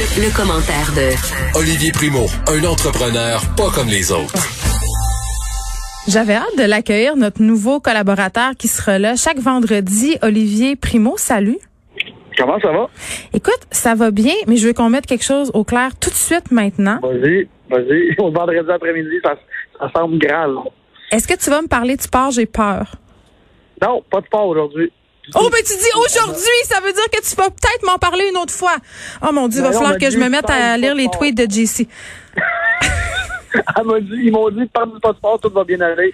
Le commentaire de Olivier Primo, un entrepreneur pas comme les autres. J'avais hâte de l'accueillir, notre nouveau collaborateur qui sera là chaque vendredi, Olivier Primo. Salut. Comment ça va? Écoute, ça va bien, mais je veux qu'on mette quelque chose au clair tout de suite maintenant. Vas-y. Au vendredi après-midi, ça semble grave. Est-ce que tu vas me parler de sport? J'ai peur. Non, pas de sport aujourd'hui. Oh, ben tu dis aujourd'hui, ça veut dire que tu vas peut-être m'en parler une autre fois. Oh mon Dieu, il va falloir que je me mette à lire les tweets de JC. Ils m'ont dit, parle pas de sport, tout va bien aller.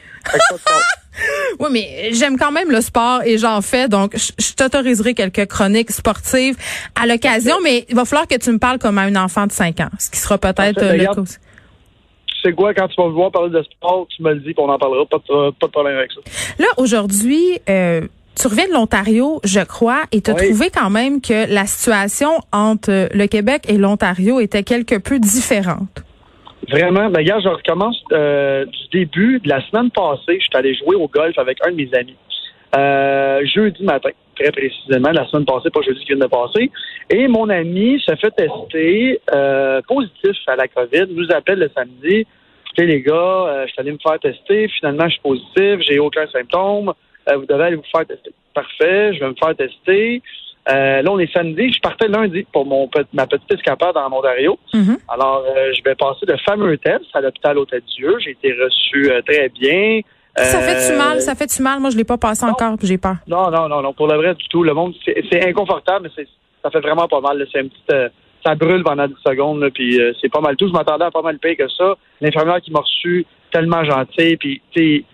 Oui, mais j'aime quand même le sport et j'en fais, donc je t'autoriserai quelques chroniques sportives à l'occasion, mais il va falloir que tu me parles comme à un enfant de 5 ans, ce qui sera peut-être le cas aussi. Tu sais quoi, quand tu vas vouloir parler de sport, tu me le dis qu'on en parlera, pas de problème avec ça. Là, aujourd'hui, tu reviens de l'Ontario, je crois, et tu as trouvé quand même que la situation entre le Québec et l'Ontario était quelque peu différente. Vraiment, ben gars, je recommence du début de la semaine passée. Je suis allé jouer au golf avec un de mes amis. Jeudi matin, très précisément, la semaine passée, pas jeudi qui vient de passer. Et mon ami se fait tester positif à la COVID, nous appelle le samedi. Écoutez les gars, je suis allé me faire tester, finalement je suis positif, j'ai aucun symptôme. Vous devez aller vous faire tester. Parfait, je vais me faire tester. Là, on est samedi. Je partais lundi pour ma petite escapade en Ontario. Mm-hmm. Alors, je vais passer le fameux test à l'hôpital Hôtel-Dieu. J'ai été reçu très bien. Ça fait-tu mal? Moi, je l'ai pas passé encore, puis j'ai peur. Non. Pour le vrai, du tout. Le monde, c'est inconfortable, mais ça fait vraiment pas mal. Là. C'est une petite, ça brûle pendant 10 secondes, là, puis c'est pas mal tout. Je m'attendais à pas mal pire que ça. L'infirmière qui m'a reçu, tellement gentil, puis tu sais,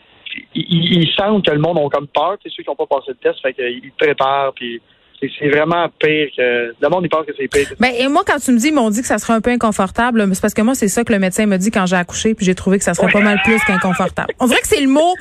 ils sentent que le monde a comme peur. Tu sais, ceux qui n'ont pas passé le test, fait qu'ils préparent, puis c'est vraiment pire que... Le monde, il pense que c'est pire. Ben, et moi, quand tu me dis, ils m'ont dit que ça serait un peu inconfortable, c'est parce que moi, c'est ça que le médecin m'a dit quand j'ai accouché, puis j'ai trouvé que ça serait pas mal plus qu'inconfortable. On dirait que c'est le mot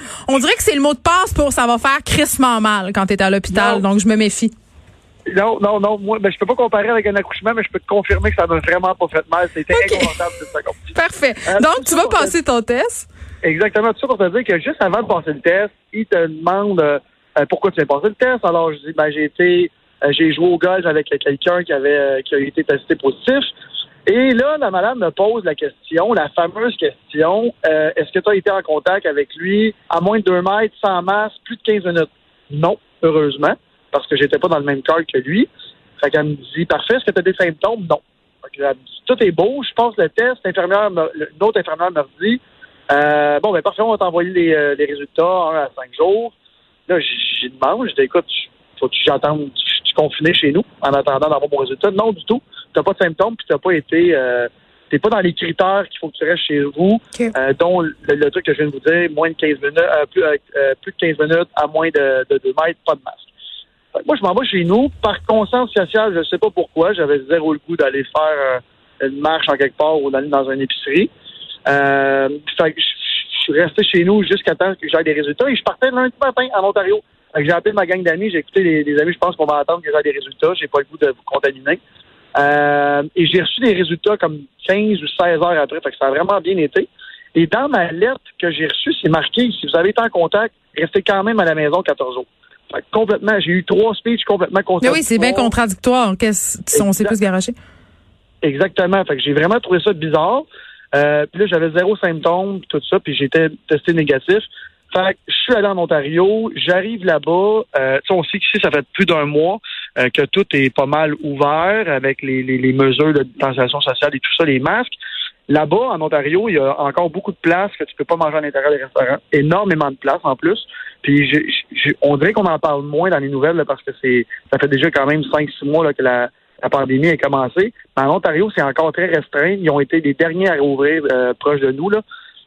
de passe pour ça va faire crissement mal quand t'es à l'hôpital, donc je me méfie. Non. Moi, je peux pas comparer avec un accouchement, mais je peux te confirmer que ça m'a vraiment pas fait mal. C'était inconfortable de ça. Parfait. Donc, tu vas passer ton test? Exactement. Tout ça pour te dire que juste avant de passer le test, ils te demandent pourquoi tu viens passer le test. Alors, je dis, j'ai joué au golf avec quelqu'un qui a été testé positif. Et là, la madame me pose la fameuse question, est-ce que tu as été en contact avec lui à moins de 2 mètres, sans masque, plus de 15 minutes? Non, heureusement, parce que j'étais pas dans le même cœur que lui. Fait qu'elle me dit, parfait, est-ce que tu as des symptômes? Non. Fait qu'elle me dit, tout est beau, je passe le test, une autre infirmière me dit, parfait, on va t'envoyer les résultats 1 à 5 jours. Là, j'y demande, je dis, écoute, faut que j'attende, je suis confiné chez nous en attendant d'avoir mon résultat. Non, du tout. T'as pas de symptômes, puis t'as pas été, t'es pas dans les critères qu'il faut que tu restes chez vous, dont le truc que je viens de vous dire, moins de 15 minutes, plus de 15 minutes à moins de 2 mètres, pas de masque. Moi, je m'en vais chez nous. Par conscience sociale, je sais pas pourquoi, j'avais zéro le goût d'aller faire une marche en quelque part ou d'aller dans une épicerie. Fait que je suis resté chez nous jusqu'à temps que j'aille des résultats et je partais lundi matin en Ontario. Fait que j'ai appelé ma gang d'amis, j'ai écouté les amis, je pense qu'on va attendre que j'aille des résultats, j'ai pas le goût de vous contaminer. Et j'ai reçu des résultats comme 15 ou 16 heures après, fait que ça a vraiment bien été. Et dans ma lettre que j'ai reçue, c'est marqué, si vous avez été en contact, restez quand même à la maison 14 jours. Fait que complètement, j'ai eu 3 speeches complètement contradictoires. Mais oui, c'est bien contradictoire. On s'est plus garoché. Exactement, fait que j'ai vraiment trouvé ça bizarre. Puis là, j'avais 0 symptômes, tout ça, puis j'étais testé négatif. Fait que je suis allé en Ontario, j'arrive là-bas. On sait qu'ici, ça fait plus d'1 mois que tout est pas mal ouvert avec les mesures de distanciation sociale et tout ça, les masques. Là-bas, en Ontario, il y a encore beaucoup de places que tu peux pas manger à l'intérieur des restaurants. Énormément de places en plus. Puis on dirait qu'on en parle moins dans les nouvelles là, parce que ça fait déjà quand même 5-6 mois là, que la pandémie a commencé. Mais en Ontario, c'est encore très restreint. Ils ont été les derniers à rouvrir proche de nous, là.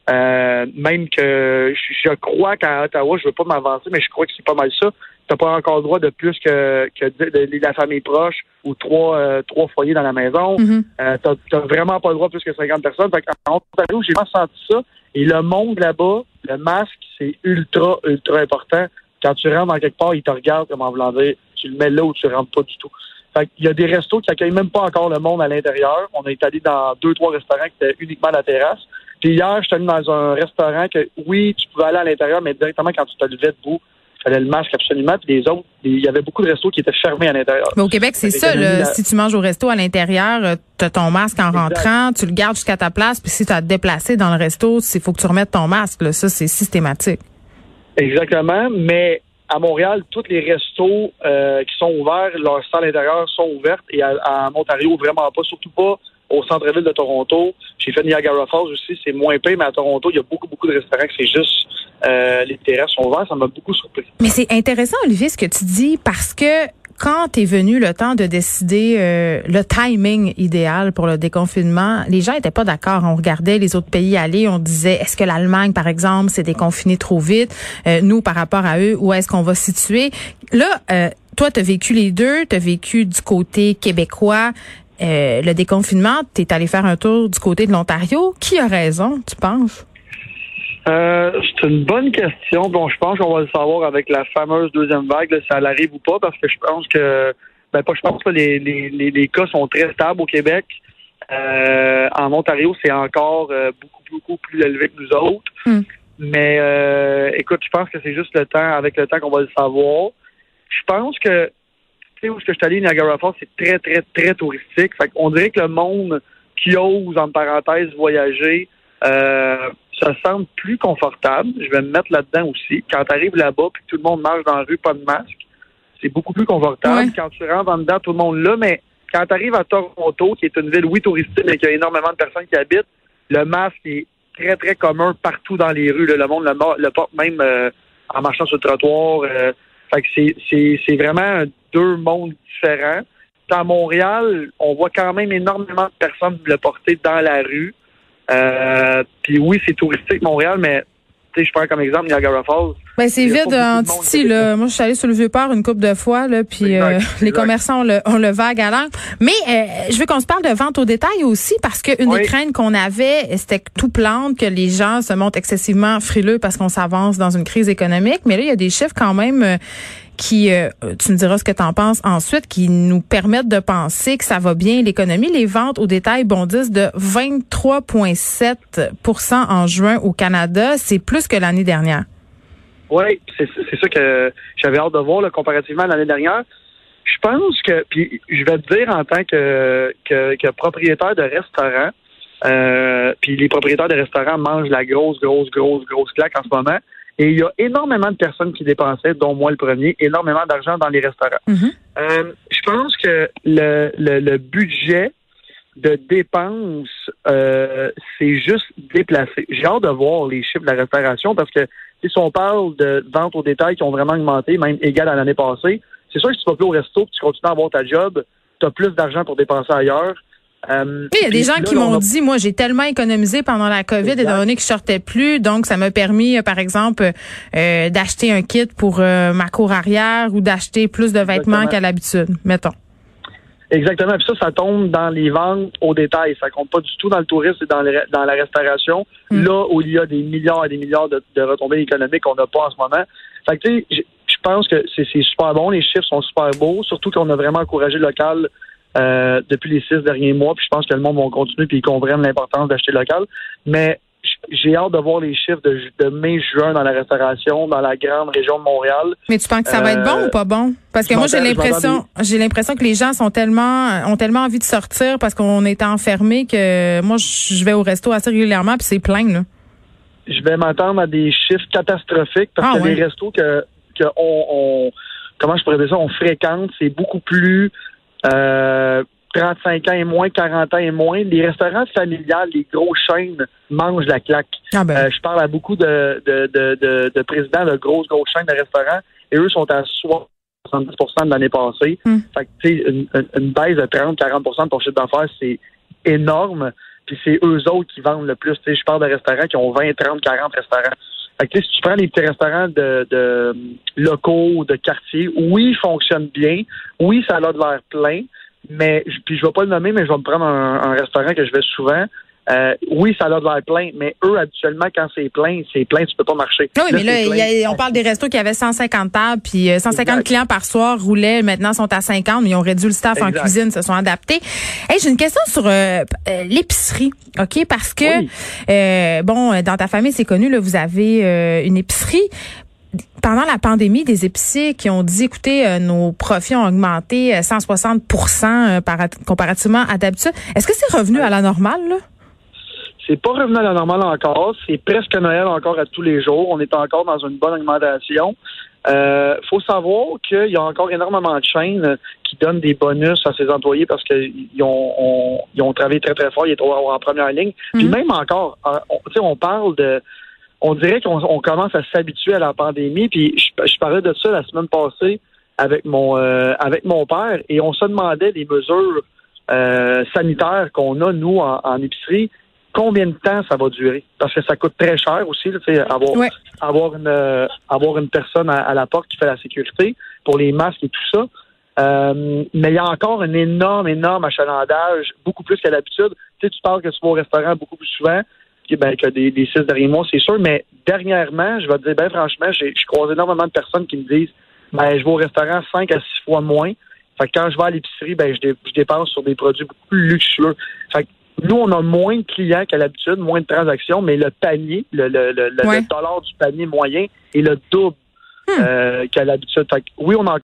Même que je crois qu'à Ottawa, je veux pas m'avancer, mais je crois que c'est pas mal ça. T'as pas encore le droit de plus que de la famille proche ou trois foyers dans la maison. Mm-hmm. T'as vraiment pas le droit de plus que 50 personnes. Fait qu'en Ontario, j'ai pas senti ça. Et le monde là-bas, le masque, c'est ultra, ultra important. Quand tu rentres dans quelque part, ils te regardent comme en voulant dire, tu le mets là où tu rentres pas du tout. Fait qu'il y a des restos qui accueillent même pas encore le monde à l'intérieur. On est allé dans 2-3 restaurants qui étaient uniquement la terrasse. Puis hier, je suis allé dans un restaurant que, oui, tu pouvais aller à l'intérieur, mais directement quand tu te levais debout, fallait le masque absolument. Puis les autres, il y avait beaucoup de restos qui étaient fermés à l'intérieur. Mais au Québec, c'est ça. Là, si tu manges au resto à l'intérieur, tu as ton masque en rentrant, tu le gardes jusqu'à ta place. Puis si tu as à te déplacer dans le resto, il faut que tu remettes ton masque. Là. Ça, c'est systématique. Exactement. Mais à Montréal, tous les restos qui sont ouverts, leurs salles intérieures sont ouvertes. Et à Ontario, vraiment pas. Surtout pas au centre-ville de Toronto. J'ai fait Niagara Falls aussi, c'est moins pire, mais à Toronto, il y a beaucoup de restaurants que c'est juste les terrasses sont ouvertes. Ça m'a beaucoup surpris. Mais c'est intéressant, Olivier, ce que tu dis, parce que quand est venu le temps de décider le timing idéal pour le déconfinement, les gens étaient pas d'accord. On regardait les autres pays aller, on disait, est-ce que l'Allemagne, par exemple, s'est déconfinée trop vite? Nous, par rapport à eux, où est-ce qu'on va se situer? Là, toi, tu as vécu les deux, tu as vécu du côté québécois. Le déconfinement, tu es allé faire un tour du côté de l'Ontario. Qui a raison, tu penses? C'est une bonne question. Bon, je pense qu'on va le savoir avec la fameuse deuxième vague, là, si elle arrive ou pas, parce que je pense que les cas sont très stables au Québec. En Ontario, c'est encore beaucoup plus élevé que nous autres. Mais écoute, je pense que c'est juste avec le temps qu'on va le savoir. Je pense que où je suis allé, Niagara Falls, c'est très, très, très touristique. Fait qu'on dirait que le monde qui ose, en parenthèse, voyager, se sent plus confortable. Je vais me mettre là-dedans aussi. Quand tu arrives là-bas puis que tout le monde marche dans la rue, pas de masque, c'est beaucoup plus confortable. Ouais. Quand tu rentres en dedans, tout le monde là, mais quand tu arrives à Toronto, qui est une ville, oui, touristique, mais qui a énormément de personnes qui habitent, le masque est très, très commun partout dans les rues. Là. Le monde le porte même en marchant sur le trottoir. Fait que c'est vraiment deux mondes différents. À Montréal, on voit quand même énormément de personnes le porter dans la rue. Puis oui, c'est touristique Montréal, mais tu sais, je prends comme exemple Niagara Falls. Ben c'est vide en Titi là. Moi, je suis allée sur le Vieux-Port une couple de fois là, puis les commerçants ont le vague à langue. Mais je veux qu'on se parle de vente au détail aussi, parce que une des craintes qu'on avait, c'était que tout plante, que les gens se montrent excessivement frileux parce qu'on s'avance dans une crise économique. Mais là, il y a des chiffres quand même qui, tu me diras ce que tu en penses ensuite, qui nous permettent de penser que ça va bien l'économie. Les ventes au détail bondissent de 23,7% en juin au Canada. C'est plus que l'année dernière. Oui, c'est ça que j'avais hâte de voir là, comparativement à l'année dernière. Je pense que, puis je vais te dire en tant que propriétaire de restaurant, puis les propriétaires de restaurants mangent la grosse claque en ce moment. Et il y a énormément de personnes qui dépensaient, dont moi le premier, énormément d'argent dans les restaurants. Je pense que le budget de dépenses, c'est juste déplacé. J'ai hâte de voir les chiffres de la restauration parce que si on parle de ventes au détail qui ont vraiment augmenté, même égal à l'année passée, c'est sûr que si tu vas plus au resto et tu continues à avoir ta job, tu as plus d'argent pour dépenser ailleurs. Il y a des gens qui m'ont dit, moi, j'ai tellement économisé pendant la COVID, étant donné que je sortais plus, donc ça m'a permis, par exemple, d'acheter un kit pour ma cour arrière ou d'acheter plus de vêtements qu'à l'habitude, mettons. Exactement. Puis ça tombe dans les ventes au détail. Ça compte pas du tout dans le tourisme et dans la restauration. Là où il y a des milliards et des milliards de retombées économiques qu'on n'a pas en ce moment. Fait que tu sais, je pense que c'est super bon. Les chiffres sont super beaux. Surtout qu'on a vraiment encouragé le local depuis les 6 derniers mois. Puis je pense que le monde va continuer puis ils comprennent l'importance d'acheter local. Mais j'ai hâte de voir les chiffres de mai-juin dans la restauration, dans la grande région de Montréal. Mais tu penses que ça va être bon ou pas bon? Parce que moi, j'ai l'impression que les gens ont tellement envie de sortir parce qu'on est enfermés que moi, je vais au resto assez régulièrement puis c'est plein, là. Je vais m'attendre à des chiffres catastrophiques parce que les restos que comment je pourrais dire ça, on fréquente, c'est beaucoup plus 35 ans et moins, 40 ans et moins. Les restaurants familiales, les grosses chaînes mangent la claque. Je parle à beaucoup de présidents de grosses chaînes de restaurants et eux sont à 70% de l'année passée. Fait que, tu sais, une baisse de 30-40% de ton chiffre d'affaires, c'est énorme. Puis c'est eux autres qui vendent le plus. Tu sais, je parle de restaurants qui ont 20, 30, 40 restaurants. Fait que, si tu prends les petits restaurants de locaux, de quartier, oui, ils fonctionnent bien. Oui, ça a de l'air plein. Mais puis je vais pas le nommer, mais je vais me prendre un restaurant que je vais souvent. Oui, ça a de l'air plein, mais eux, habituellement, quand c'est plein, tu peux pas marcher. Oui, mais là, on parle des restos qui avaient 150 tables, puis 150 clients par soir roulaient, maintenant sont à 50, mais ils ont réduit le staff en cuisine, se sont adaptés. Hey, j'ai une question sur l'épicerie, OK? Parce que, dans ta famille, c'est connu, là, vous avez une épicerie. pendant la pandémie, des épiciers qui ont dit, écoutez, nos profits ont augmenté 160% comparativement à d'habitude. Est-ce que c'est revenu à la normale, là? C'est pas revenu à la normale encore. C'est presque Noël encore à tous les jours. On est encore dans une bonne augmentation. Faut savoir qu'il y a encore énormément de chaînes qui donnent des bonus à ses employés parce qu'ils ont travaillé très, très fort. Ils étaient en première ligne. Puis même encore, on parle de... On dirait qu'on commence à s'habituer à la pandémie. Puis je parlais de ça la semaine passée avec mon père et on se demandait des mesures sanitaires qu'on a, nous, en épicerie. Combien de temps ça va durer? Parce que ça coûte très cher aussi, avoir une personne à la porte qui fait la sécurité pour les masques et tout ça. Mais il y a encore un énorme achalandage, beaucoup plus qu'à l'habitude. Tu parles que tu vas au restaurant beaucoup plus souvent que des 6 derniers mois, c'est sûr. Mais dernièrement, je vais te dire, franchement, j'ai croisé énormément de personnes qui me disent je vais au restaurant 5 à 6 fois moins. Fait que quand je vais à l'épicerie, je dépense sur des produits beaucoup plus luxueux. Fait que nous, on a moins de clients qu'à l'habitude, moins de transactions, mais le panier, le dollar du panier moyen est le double qu'à l'habitude. Fait que, oui, on a